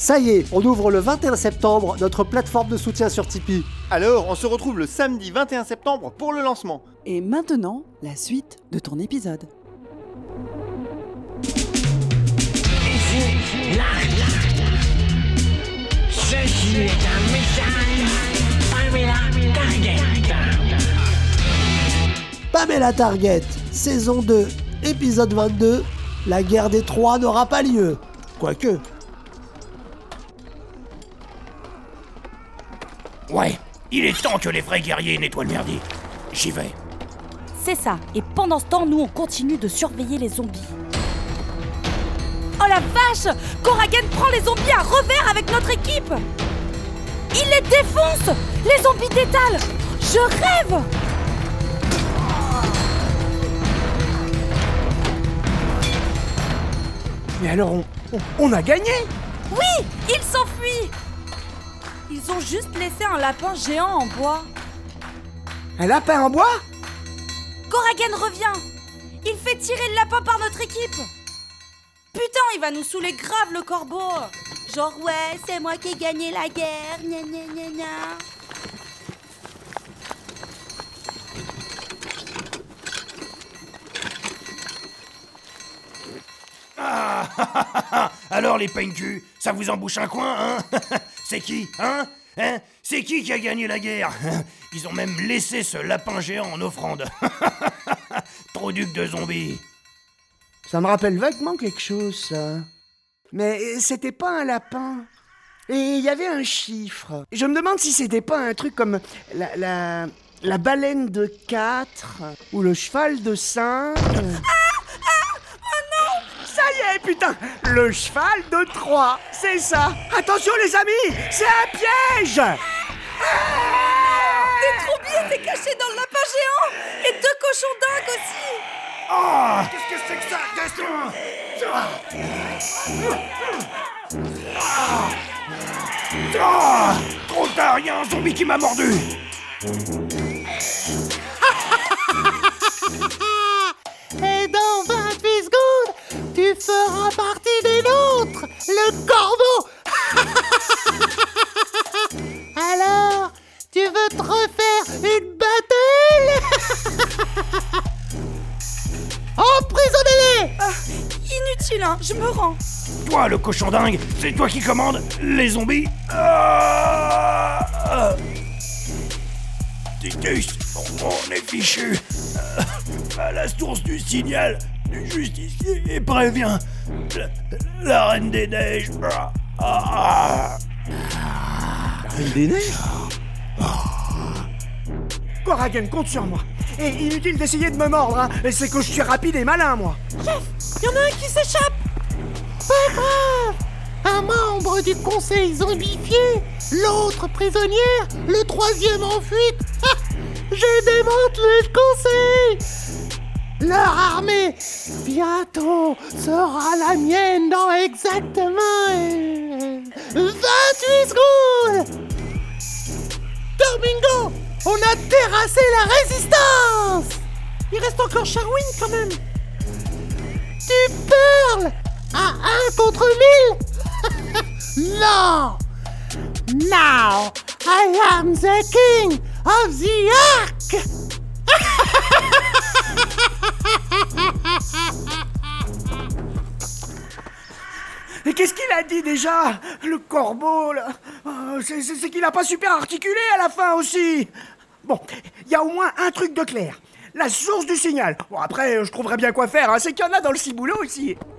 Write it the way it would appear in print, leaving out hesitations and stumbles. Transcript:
Ça y est, on ouvre le 21 septembre notre plateforme de soutien sur Tipeee. Alors, on se retrouve le samedi 21 septembre pour le lancement. Et maintenant, la suite de ton épisode. Ceci est un message Pamela Target. Pamela Target, saison 2, épisode 22, la guerre des Troies n'aura pas lieu. Quoique. Ouais, il est temps que les vrais guerriers nettoient le merdier. J'y vais. C'est ça, et pendant ce temps, nous on continue de surveiller les zombies. Oh la vache! Korragen prend les zombies à revers avec notre équipe! Il les défonce! Les zombies d'étale! Je rêve! Mais alors on a gagné! Oui! Ils s'enfuient! Ils ont juste laissé un lapin géant en bois. Un lapin en bois? Korragen revient! Il fait tirer le lapin par notre équipe! Putain, il va nous saouler grave le corbeau! Genre ouais, c'est moi qui ai gagné la guerre, gna gna gna gna. Alors les peigne-culs, ça vous embouche un coin, hein? C'est qui, hein? C'est qui a gagné la guerre? Ils ont même laissé ce lapin géant en offrande. Trop duc de zombies. Ça me rappelle vaguement quelque chose, ça. Mais c'était pas un lapin. Et il y avait un chiffre. Je me demande si c'était pas un truc comme la baleine de 4 ou le cheval de 5. Oh non! Ça y est, putain! Le cheval de 3, c'est ça! Attention les amis, c'est un piège! T'es trop bien, t'es caché dans le lapin géant! Et 2 cochons dingues aussi! Oh! Qu'est-ce que c'est que ça, Gaston? Trop tard, y'a un zombie qui m'a mordu! Et dans 28 secondes, tu feras partie des nôtres, le corbeau. Alors, tu veux te refaire une battle? Emprisonnez-les! Inutile, hein, je me rends. Toi, le cochon dingue, c'est toi qui commandes les zombies? Titus, on est fichu. À la source du signal du justicier et prévient la Reine des Neiges. La Reine des Neiges? Korragen, compte sur moi. Et inutile d'essayer de me mordre, hein. C'est que je suis rapide et malin, moi. Chef, y'en a un qui s'échappe. Pas grave. Un membre du conseil zombifié, l'autre prisonnière, le troisième en fuite. Ah, j'ai démantelé le conseil. Leur armée, bientôt, sera la mienne dans exactement 28 secondes. Domingo, on a terrassé la résistance. Il reste encore Sherwin quand même. Tu parles à 1 contre 1000. Non. Now, I am the king of the ark. Et qu'est-ce qu'il a dit déjà? Le corbeau, là. C'est qu'il a pas super articulé à la fin aussi. Bon, il y a au moins un truc de clair. La source du signal. Bon, après, je trouverai bien quoi faire, hein. C'est qu'il y en a dans le ciboulot aussi.